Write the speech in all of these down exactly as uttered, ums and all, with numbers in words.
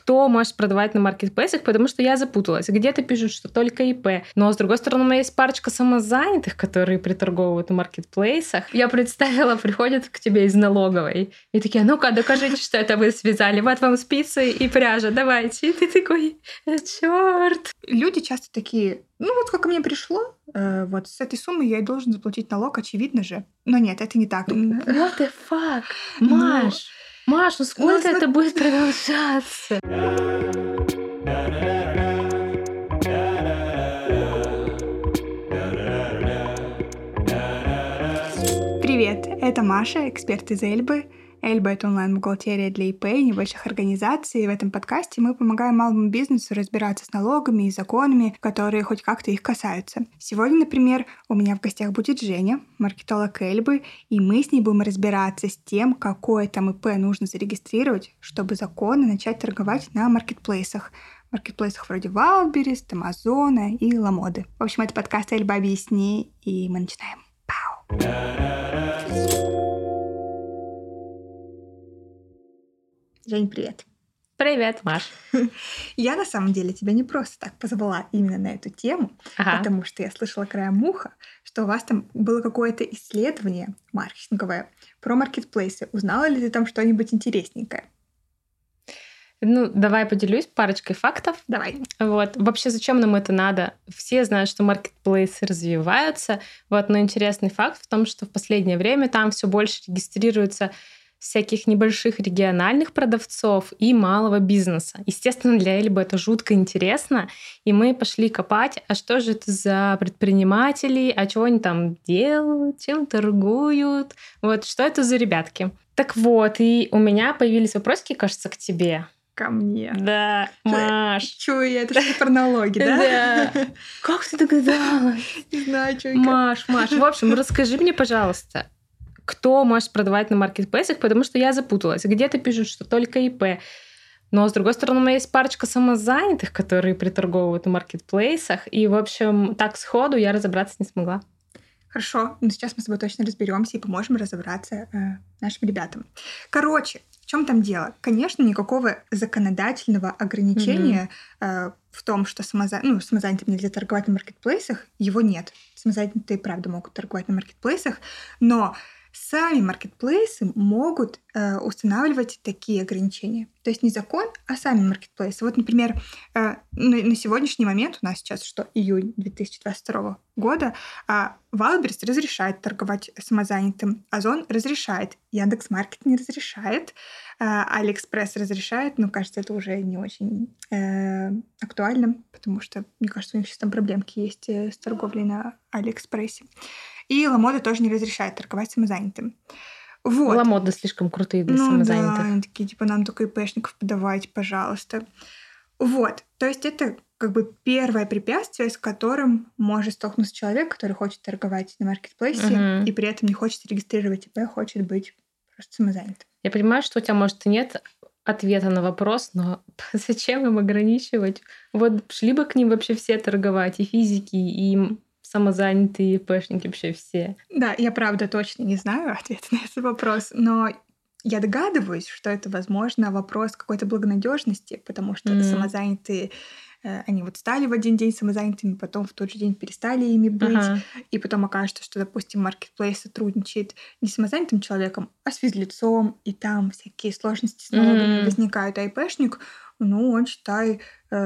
кто может продавать на маркетплейсах, потому что я запуталась. Где-то пишут, что только ИП. Но, с другой стороны, у меня есть парочка самозанятых, которые приторговывают на маркетплейсах. Я представила, приходят к тебе из налоговой и такие: ну-ка, докажите, что это вы связали. Вот вам спицы и пряжа, давайте. И ты такой: чёрт. Люди часто такие: ну вот сколько мне пришло, э, вот с этой суммы я и должен заплатить налог, очевидно же. Но нет, это не так. What the fuck? Маш, ну, Маш, ну сколько ну, это будет продолжаться? Привет, это Маша, эксперт из Эльбы. Эльба — это онлайн-бухгалтерия для ИП и небольших организаций. И в этом подкасте мы помогаем малому бизнесу разбираться с налогами и законами, которые хоть как-то их касаются. Сегодня, например, у меня в гостях будет Женя, маркетолог Эльбы, и мы с ней будем разбираться с тем, какое там ИП нужно зарегистрировать, чтобы законно начать торговать на маркетплейсах. Маркетплейсах вроде Wildberries, Амазона и Ламоды. В общем, это подкаст «Эльба, объясни», и мы начинаем. Пау! Жень, привет. Привет, Маш. Я на самом деле тебя не просто так позвала именно на эту тему, ага. потому что я слышала краем уха, что у вас там было какое-то исследование маркетинговое про маркетплейсы. Узнала ли ты там что-нибудь интересненькое? Ну, давай поделюсь парочкой фактов. Давай. Вот. Вообще, зачем нам это надо? Все знают, что маркетплейсы развиваются. Вот. Но интересный факт в том, что в последнее время там все больше регистрируется всяких небольших региональных продавцов и малого бизнеса. Естественно, для Эльбы это жутко интересно, и мы пошли копать, а что же это за предприниматели, а чего они там делают, чем торгуют, вот, что это за ребятки. Так вот, и у меня появились вопросики, кажется, к тебе. Ко мне. Да, Маш. Чё я? Это что про налоги, да? Да. Как ты догадалась? Не знаю, чё. Маш, Маш, в общем, расскажи мне, пожалуйста, кто может продавать на маркетплейсах, потому что я запуталась. Где-то пишут, что только ИП. Но, с другой стороны, у меня есть парочка самозанятых, которые приторговывают на маркетплейсах. И, в общем, так сходу я разобраться не смогла. Хорошо, но сейчас мы с тобой точно разберемся и поможем разобраться э, нашим ребятам. Короче, в чем там дело? Конечно, никакого законодательного ограничения mm-hmm. э, в том, что самоза... ну, самозанятым нельзя торговать на маркетплейсах, его нет. Самозанятые, правда, могут торговать на маркетплейсах, но сами маркетплейсы могут э, устанавливать такие ограничения. То есть не закон, а сами маркетплейсы. Вот, например, э, на, на сегодняшний момент, у нас сейчас что, июнь две тысячи двадцать второго года, э, Wildberries разрешает торговать самозанятым, Озон разрешает, Яндекс.Маркет не разрешает, э, Алиэкспресс разрешает, но, кажется, это уже не очень э, актуально, потому что, мне кажется, у них сейчас там проблемки есть э, с торговлей на Алиэкспрессе. И Ламода тоже не разрешает торговать самозанятым. Вот. Ламоды слишком крутые для ну, самозанятых. Да, они такие, типа, нам только ИПшников подавайте, пожалуйста. Вот. То есть это как бы первое препятствие, с которым может столкнуться человек, который хочет торговать на маркетплейсе uh-huh. и при этом не хочет регистрировать ИП, хочет быть просто самозанятым. Я понимаю, что у тебя, может, и нет ответа на вопрос, но зачем им ограничивать? Вот шли бы к ним вообще все торговать, и физики, и самозанятые ИПшники вообще все. Да, я правда точно не знаю ответа на этот вопрос, но я догадываюсь, что это, возможно, вопрос какой-то благонадежности, потому что mm-hmm. самозанятые, э, они вот стали в один день самозанятыми, потом в тот же день перестали ими быть, uh-huh. и потом окажется, что, допустим, маркетплейс сотрудничает не с самозанятым человеком, а с физлицом, и там всякие сложности с налогами mm-hmm. возникают, а ИПшник, ну, он, считай,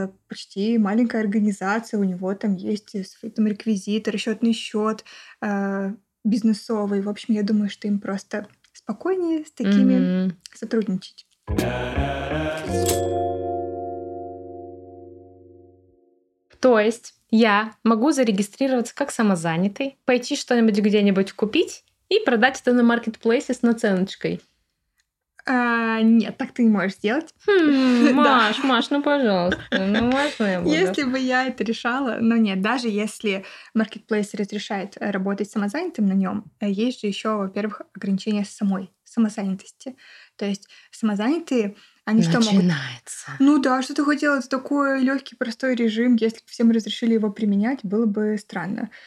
почти маленькая организация, у него там есть свой там реквизитор, расчетный счет э, бизнесовый. В общем, я думаю, что им просто спокойнее с такими mm-hmm. сотрудничать. То есть я могу зарегистрироваться как самозанятый, пойти что-нибудь где-нибудь купить и продать это на маркетплейсе с наценочкой? А, нет, так ты не можешь сделать. Хм, Маш, да. Маш, ну пожалуйста, ну можно я буду? Если бы я это решала, но нет, даже если маркетплейс разрешает работать самозанятым на нем, есть же еще, во-первых, ограничения самой самозанятости. То есть самозанятые, они что могут... Начинается. Ну да, что ты хотела? Это такой легкий, простой режим. Если бы всем разрешили его применять, было бы странно.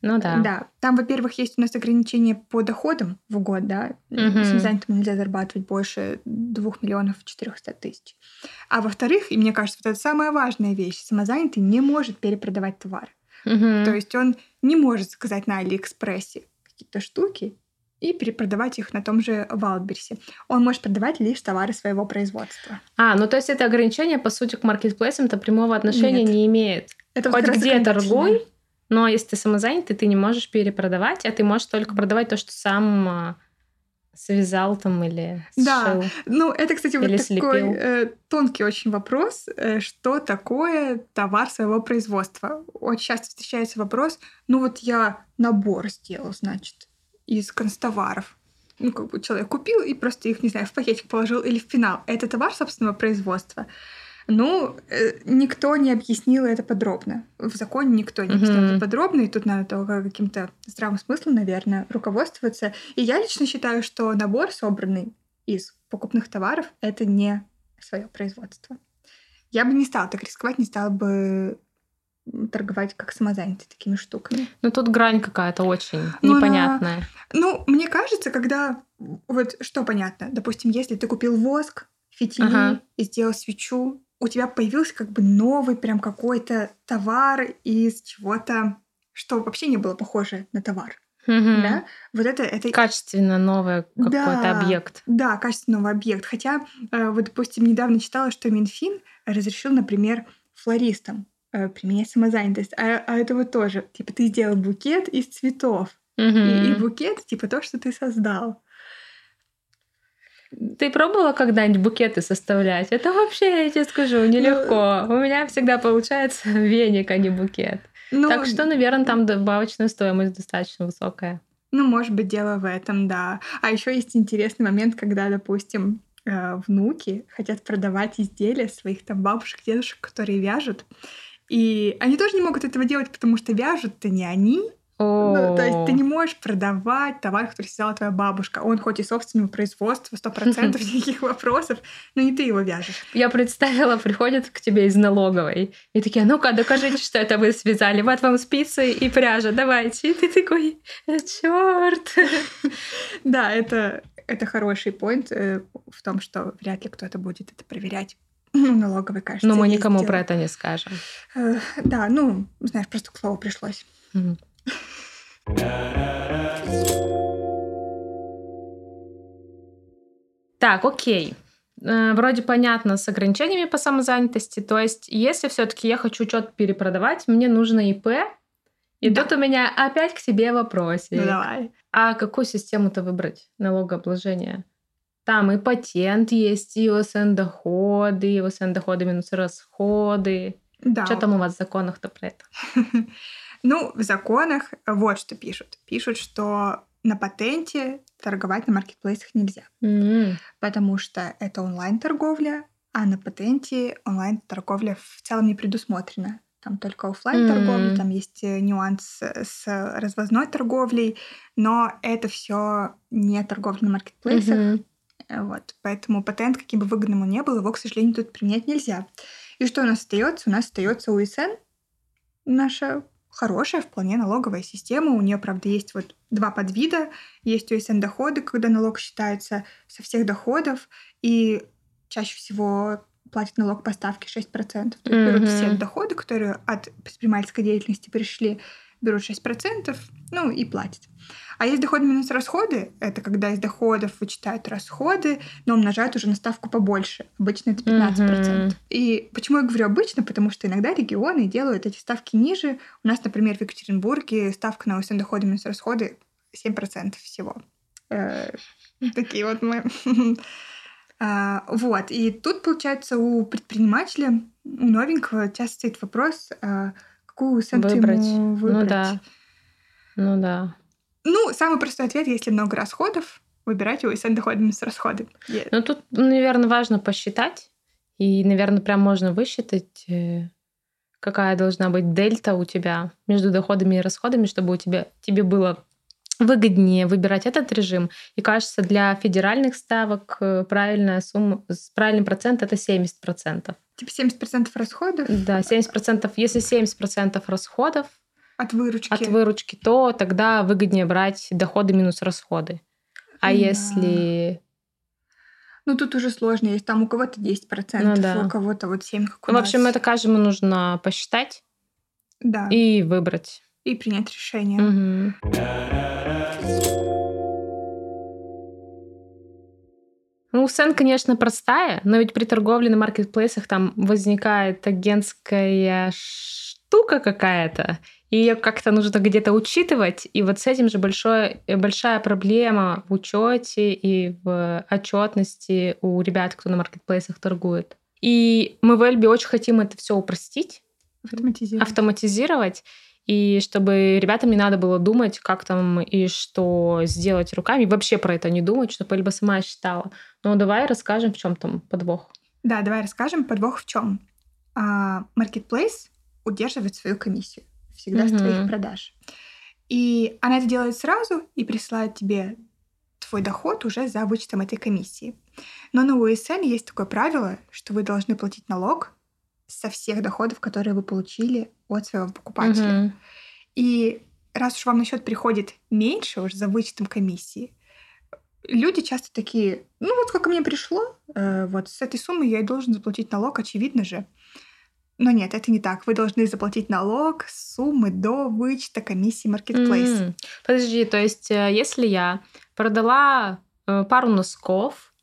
Ну да. Да, там, во-первых, есть у нас ограничения по доходам в год, да. Мгм. Самозанятым нельзя зарабатывать больше двух миллионов четырехсот тысяч. А во-вторых, и мне кажется, вот это самая важная вещь, самозанятый не может перепродавать товар. Мгм. То есть он не может заказать на Алиэкспрессе какие-то штуки и перепродавать их на том же Вайлдберрисе. Он может продавать лишь товары своего производства. А, ну то есть это ограничение, по сути, к маркетплейсам-то прямого отношения Нет. не имеет. Это вот Хоть как раз где законодательное. торгуй, но если ты самозанятый, ты не можешь перепродавать, а ты можешь только продавать то, что сам а, связал там или Да, сшил. ну это, кстати, вот Или такой слепил. э, тонкий очень вопрос, э, что такое товар своего производства. Очень часто встречается вопрос, ну вот я набор сделал, значит, из констоваров. Ну, как бы человек купил и просто их, не знаю, в пакетик положил или в пенал. Это товар собственного производства. Ну, э, никто не объяснил это подробно. В законе никто не объяснил Мгм. это подробно, и тут надо только каким-то здравым смыслом, наверное, руководствоваться. И я лично считаю, что набор, собранный из покупных товаров, это не свое производство. Я бы не стала так рисковать, не стала бы м, торговать как самозанятый такими штуками. Ну тут грань какая-то очень Ну, она- непонятная. Ну, мне кажется, когда... Вот что понятно? Допустим, если ты купил воск, фитили Ага. и сделал свечу, у тебя появился как бы новый прям какой-то товар из чего-то, что вообще не было похоже на товар. Мгм. Да? Вот это... это... Качественно новый какой-то Да, объект. Да, качественный новый объект. Хотя, э, вот, допустим, недавно читала, что Минфин разрешил, например, флористам э, применять самозанятость. А, а это вот тоже, типа, ты сделал букет из цветов. И, и Мгм. букет, типа, то, что ты создал. Ты пробовала когда-нибудь букеты составлять? Это вообще, я тебе скажу, нелегко. У меня всегда получается веник, а не букет. Ну, Так что, наверное, там добавочная стоимость достаточно высокая. ну, может быть, дело в этом, да. А еще есть интересный момент, когда, допустим, э, внуки хотят продавать изделия своих там бабушек, дедушек, которые вяжут. И они тоже не могут этого делать, потому что вяжут-то не они. Ну, то есть ты О, не можешь продавать товар, который связала твоя бабушка. Он хоть и собственного производства, сто процентов никаких вопросов, но не ты его вяжешь. я представила, приходят к тебе из налоговой и такие, ну-ка, докажите, что это вы связали. Вот вам спицы и пряжа, давайте. И ты такой, черт. Да, это, это хороший поинт э, в том, что вряд ли кто-то будет это проверять. Ну, налоговый, кажется, Но мы есть никому дело. про это не скажем. Э, Да, ну, знаешь, просто к слову пришлось. Мгм. Так, окей. Э, Вроде понятно с ограничениями по самозанятости. То есть, если все-таки я хочу что-то перепродавать, мне нужно ИП. И Да. тут у меня опять к тебе вопросик. Ну, давай. А какую систему-то выбрать налогообложения? Там и патент есть, и ОСН-доходы, и ОСН-доходы минус расходы. Да. Что там у вас в законах-то про это? Ну, в законах вот что пишут. Пишут, что на патенте торговать на маркетплейсах нельзя, М. потому что это онлайн-торговля, а на патенте онлайн-торговля в целом не предусмотрена. Там только оффлайн-торговля, М. там есть э, нюанс э, с развозной торговлей, но это все не торговля на маркетплейсах. Мгм. Э, Вот. Поэтому патент, каким бы выгодным он ни был, его, к сожалению, тут применять нельзя. И что у нас остается? У нас остается УСН, наша хорошая вполне налоговая система. У нее, правда, есть вот два подвида. Есть УСН-доходы, когда налог считается со всех доходов, и чаще всего платят налог по ставке шесть процентов. То есть берут все Мгм. доходы, которые от предпринимательской деятельности пришли, берут шесть процентов, ну и платят. А есть доходы минус расходы. Это когда из доходов вычитают расходы, но умножают уже на ставку побольше. Обычно это пятнадцать процентов. Мгм. И почему я говорю обычно? Потому что иногда регионы делают эти ставки ниже. У нас, например, в Екатеринбурге ставка на УСН доходы минус расходы семь процентов всего. Э, Такие вот мы. А, Вот. И тут, получается, у предпринимателя, у новенького часто стоит вопрос, а, какую УСН Выбрать. ему Ну выбрать. да. Ну да. Ну, самый простой ответ, если много расходов, выбирайте УСН доходы минус расходы. Е- Ну тут, наверное, важно посчитать. И, наверное, прям можно высчитать, э, какая должна быть дельта у тебя между доходами и расходами, чтобы у тебя тебе было выгоднее выбирать этот режим. И кажется, для федеральных ставок э, правильная сумма, с- правильный процент это семьдесят процентов. Типа семьдесят процентов расходов, Да, семьдесят процентов. Если семьдесят процентов расходов, От выручки. от выручки, то тогда выгоднее брать доходы минус расходы. А Да. если... Ну, тут уже сложно. Есть там у кого-то десять процентов, Ну да. у кого-то вот семь процентов, как у Ну, в общем, нас. это каждому нужно посчитать Да. и выбрать. И принять решение. Мгм. Ну, сцена, конечно, простая, но ведь при торговле на маркетплейсах там возникает агентская штука какая-то, и ее как-то нужно где-то учитывать. И вот с этим же большое, большая проблема в учете и в отчетности у ребят, кто на маркетплейсах торгует. И мы в Эльбе очень хотим это все упростить, Автоматизировать. автоматизировать, и чтобы ребятам не надо было думать, как там и что сделать руками, и вообще про это не думать, чтобы Эльба сама считала. Ну, давай расскажем, в чем там подвох. Да, давай расскажем, подвох в чем. Маркетплейс удерживает свою комиссию всегда с твоих Мгм. продаж. И она это делает сразу и присылает тебе твой доход уже за вычетом этой комиссии. Но на о эс эн есть такое правило, что вы должны платить налог со всех доходов, которые вы получили от своего покупателя. Мгм. И раз уж вам на счет приходит меньше уже за вычетом комиссии, люди часто такие: ну вот сколько мне пришло, э, вот с этой суммы я и должен заплатить налог, очевидно же. Но нет, это не так. Вы должны заплатить налог с суммы до вычета комиссии маркетплейс. М. Подожди, то есть, э, если я продала э, пару носков,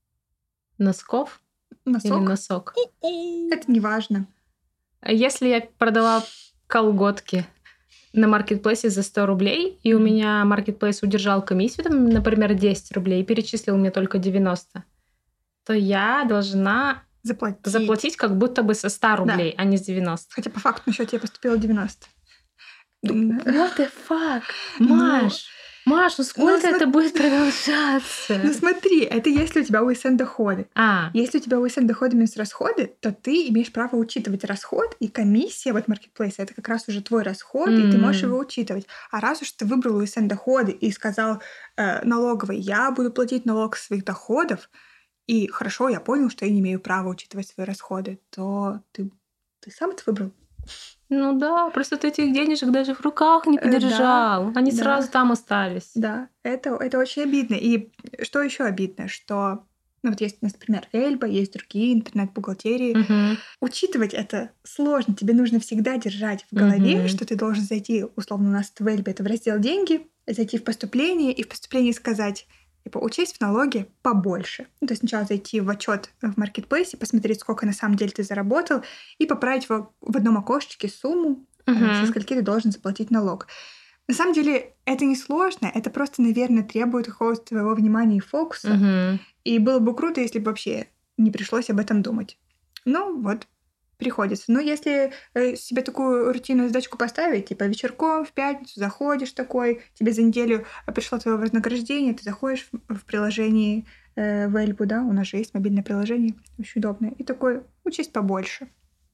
носков или Носок? носок? Это не важно. Если я продала колготки на маркетплейсе за сто рублей, и у Мгм. меня маркетплейс удержал комиссию, там, например, десять рублей, и перечислил мне только девяносто, то я должна Заплатить. заплатить как будто бы со ста рублей, а не с девяноста. Хотя по факту на счете поступило девяносто. М, What the fuck? Ну, Маш, Маш, ну сколько смо- это будет Ну продолжаться? смотри, это если у тебя о эс эн доходы. А, Если у тебя о эс эн доходы минус расходы, то ты имеешь право учитывать расход, и комиссия вот маркетплейса — это как раз уже твой расход, и ты можешь м, его учитывать. А раз уж ты выбрал о эс эн доходы и сказал э, налоговой: я буду платить налог с своих доходов, и хорошо, я понял, что я не имею права учитывать свои расходы, то ты, ты сам это выбрал. ну да, просто ты этих денежек даже в руках не Э, да, подержал. Они да. сразу там остались. Да, это, это очень обидно. И что еще обидно, что ну вот есть, например, Эльба, есть другие интернет-бухгалтерии. Мгм. Учитывать это сложно. Тебе нужно всегда держать в голове, Мгм. что ты должен зайти, условно, у нас в Эльбе это в раздел «Деньги», зайти в поступление и в поступлении сказать, типа, учесть в налоге побольше. Ну, то есть сначала зайти в отчет в маркетплейсе, посмотреть, сколько на самом деле ты заработал, и поправить в, в одном окошечке сумму, э, со Мгм. скольки ты должен заплатить налог. На самом деле это не сложно, это просто, наверное, требует какого-то твоего внимания и фокуса. Мгм. И было бы круто, если бы вообще не пришлось об этом думать. Ну вот, приходится. Но если э, себе такую рутинную задачку поставить, типа вечерком в пятницу заходишь такой, тебе за неделю э, пришло твое вознаграждение, ты заходишь в, в приложении э, в Эльбу, да, у нас же есть мобильное приложение, очень удобное, и такой учесть побольше.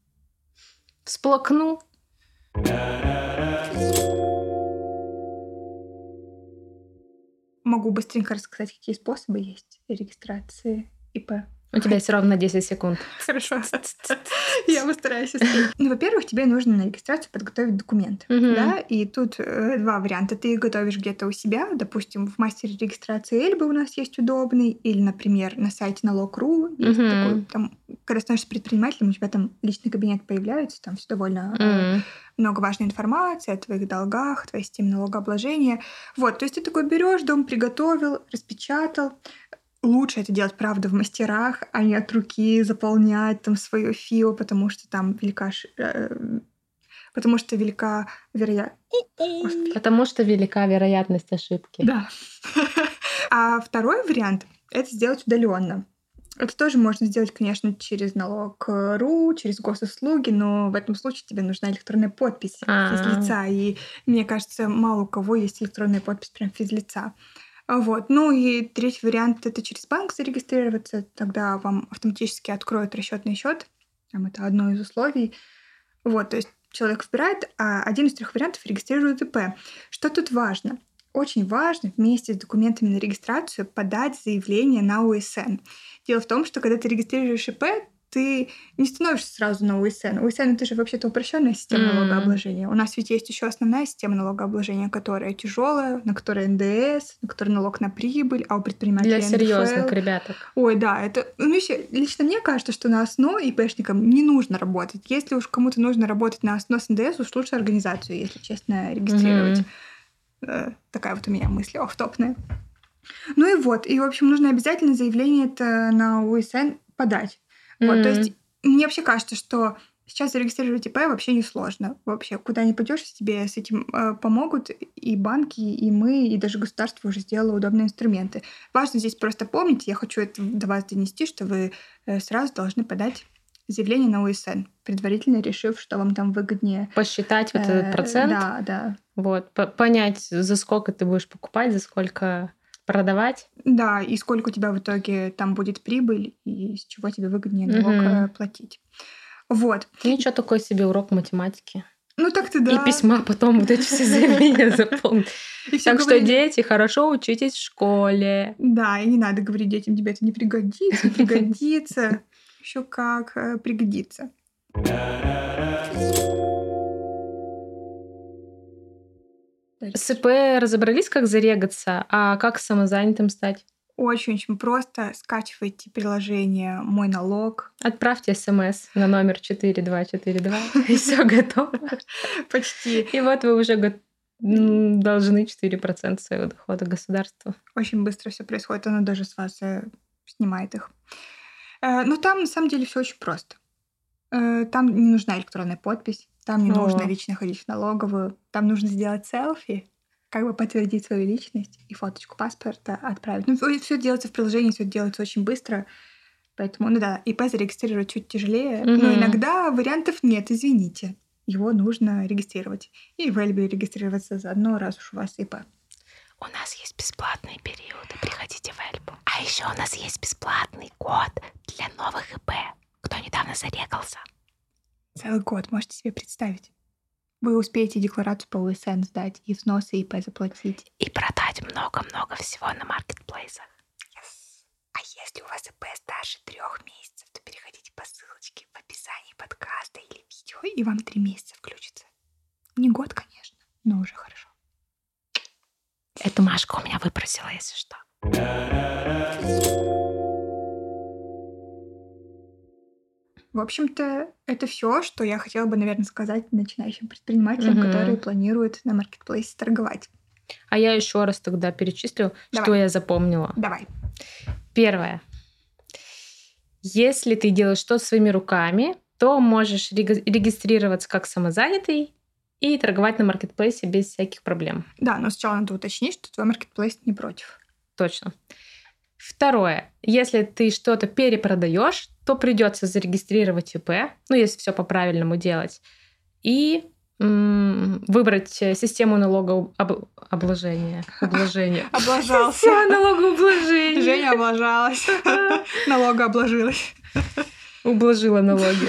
Всплакну. Могу быстренько рассказать, какие способы есть регистрации и пэ. У тебя есть ровно десять секунд. Хорошо. Я постараюсь успеть. Ну, во-первых, тебе нужно на регистрацию подготовить документы. Мгм. Да, и тут э, два варианта. Ты их готовишь где-то у себя, допустим, в мастере регистрации Эльбы у нас есть удобный, или, например, на сайте налог точка ру есть Мгм. такой, там, когда становишься предпринимателем, у тебя там личный кабинет появляется, там все довольно э, М. много важной информации о твоих долгах, твоей системе налогообложения. Вот, то есть ты такой берешь, дом приготовил, распечатал. Лучше это делать, правда, в мастерах, а не от руки заполнять там свое ФИО, потому что там велика... ш- э, потому что велика вероятность... Потому что велика вероятность ошибки. Да. А второй вариант — это сделать удаленно. Это тоже можно сделать, конечно, через налог точка ру, через госуслуги, но в этом случае тебе нужна электронная подпись А. физлица. И мне кажется, мало у кого есть электронная подпись прям физлица. Вот. Ну и третий вариант — это через банк зарегистрироваться. Тогда вам автоматически откроют расчетный счет. Там это одно из условий. Вот, то есть человек выбирает, а один из трех вариантов регистрирует ИП. Что тут важно? Очень важно вместе с документами на регистрацию подать заявление на о эс эн. Дело в том, что когда ты регистрируешь ИП, ты не становишься сразу на УСН. УСН — это же вообще-то упрощенная система mm-hmm. налогообложения. У нас ведь есть еще основная система налогообложения, которая тяжелая, на которой эн дэ эс, на которой налог на прибыль, а у предпринимателей для серьезных ребяток. Ой, да, это... Ну, еще, лично мне кажется, что на ОСНО ИПшникам не нужно работать. Если уж кому-то нужно работать на ОСНО с эн дэ эс, уж лучше организацию, если честно, регистрировать. Mm-hmm. Такая вот у меня мысль офф-топная. Ну и вот. И, в общем, нужно обязательно заявление это на УСН подать. Вот, mm-hmm. то есть мне вообще кажется, что сейчас зарегистрировать ИП вообще не сложно. Вообще, куда ни пойдешь, тебе с этим э, помогут и банки, и мы, и даже государство уже сделало удобные инструменты. Важно здесь просто помнить, я хочу это до вас донести, что вы э, сразу должны подать заявление на УСН, предварительно решив, что вам там выгоднее. Посчитать вот этот процент. Да, да. Вот, понять, за сколько ты будешь покупать, за сколько продавать. Да, и сколько у тебя в итоге там будет прибыль, и с чего тебе выгоднее налог угу. платить. Вот. Ничего, такой себе урок математики. Ну так-то да. И письма потом вот эти все заявления заполнить. Так что, дети, хорошо учитесь в школе. Да, и не надо говорить детям, тебе это не пригодится, пригодится. Еще как пригодится. С ИП разобрались, как зарегаться, а как самозанятым стать? Очень-очень просто. Скачивайте приложение «Мой налог». Отправьте смс на номер четыре два четыре два, и все готово. Почти. И вот вы уже должны четыре процента своего дохода государству. Очень быстро все происходит, оно даже с вас снимает их. Но там на самом деле все очень просто. Там не нужна электронная подпись. Там не О. нужно лично ходить в налоговую. Там нужно сделать селфи, как бы подтвердить свою личность и фоточку паспорта отправить. Ну, все делается в приложении, все делается очень быстро. Поэтому, ну да, ИП зарегистрировать чуть тяжелее. Mm-hmm. Но иногда вариантов нет, извините. Его нужно регистрировать. И в Эльбе регистрироваться заодно, раз уж у вас ИП. У нас есть бесплатные периоды. Приходите в Эльбу. А еще у нас есть бесплатный год для новых ИП. Кто недавно зарегался. Целый год, можете себе представить. Вы успеете декларацию по УСН сдать и взносы ИП заплатить. И продать много-много всего на маркетплейсах. Yes. А если у вас ИП старше трех месяцев, то переходите по ссылочке в описании подкаста или видео, и вам три месяца включится. Не год, конечно, но уже хорошо. Эту Машку у меня выпросила, если что. В общем-то, это все, что я хотела бы, наверное, сказать начинающим предпринимателям, угу. которые планируют на маркетплейсе торговать. А я еще раз тогда перечислю, Давай. что я запомнила. Давай. Первое. Если ты делаешь что-то своими руками, то можешь регистрироваться как самозанятый и торговать на маркетплейсе без всяких проблем. Да, но сначала надо уточнить, что твой маркетплейс не против. Точно. Второе. Если ты что-то перепродаешь, то придется зарегистрировать ИП, ну, если все по-правильному делать, и м- выбрать систему налогообложения. Обложения. Облажался. Все, налогообложение. Женя облажалась. Налогообложилась. Ублажила налоги.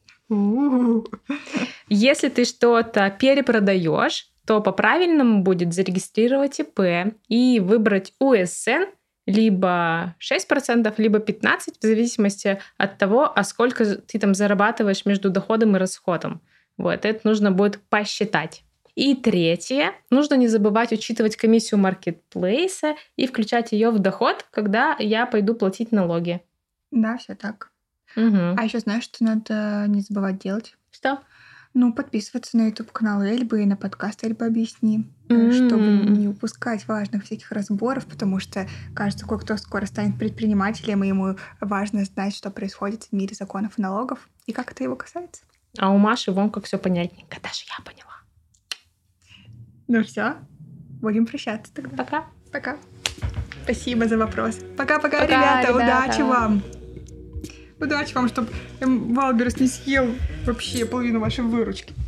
Если ты что-то перепродаешь, то по-правильному будет зарегистрировать ИП и выбрать УСН, либо шесть процентов, либо пятнадцать процентов, в зависимости от того, а сколько ты там зарабатываешь между доходом и расходом. Вот, это нужно будет посчитать. И третье, нужно не забывать учитывать комиссию маркетплейса и включать ее в доход, когда я пойду платить налоги. Да, все так. Угу. А еще знаешь, что надо не забывать делать? Что? Ну, подписываться на YouTube-канал Эльбы и на подкаст «Эльба объясни», mm-hmm. чтобы не упускать важных всяких разборов, потому что, кажется, кое-кто скоро станет предпринимателем, и ему важно знать, что происходит в мире законов и налогов, и как это его касается. А у Маши вон как все понятненько, даже я поняла. Ну все, будем прощаться тогда. Пока. Пока. Спасибо за вопрос. Пока-пока, Пока, ребята, ребята. Удачи вам. Удачи вам, чтобы Валберес не съел вообще половину вашей выручки.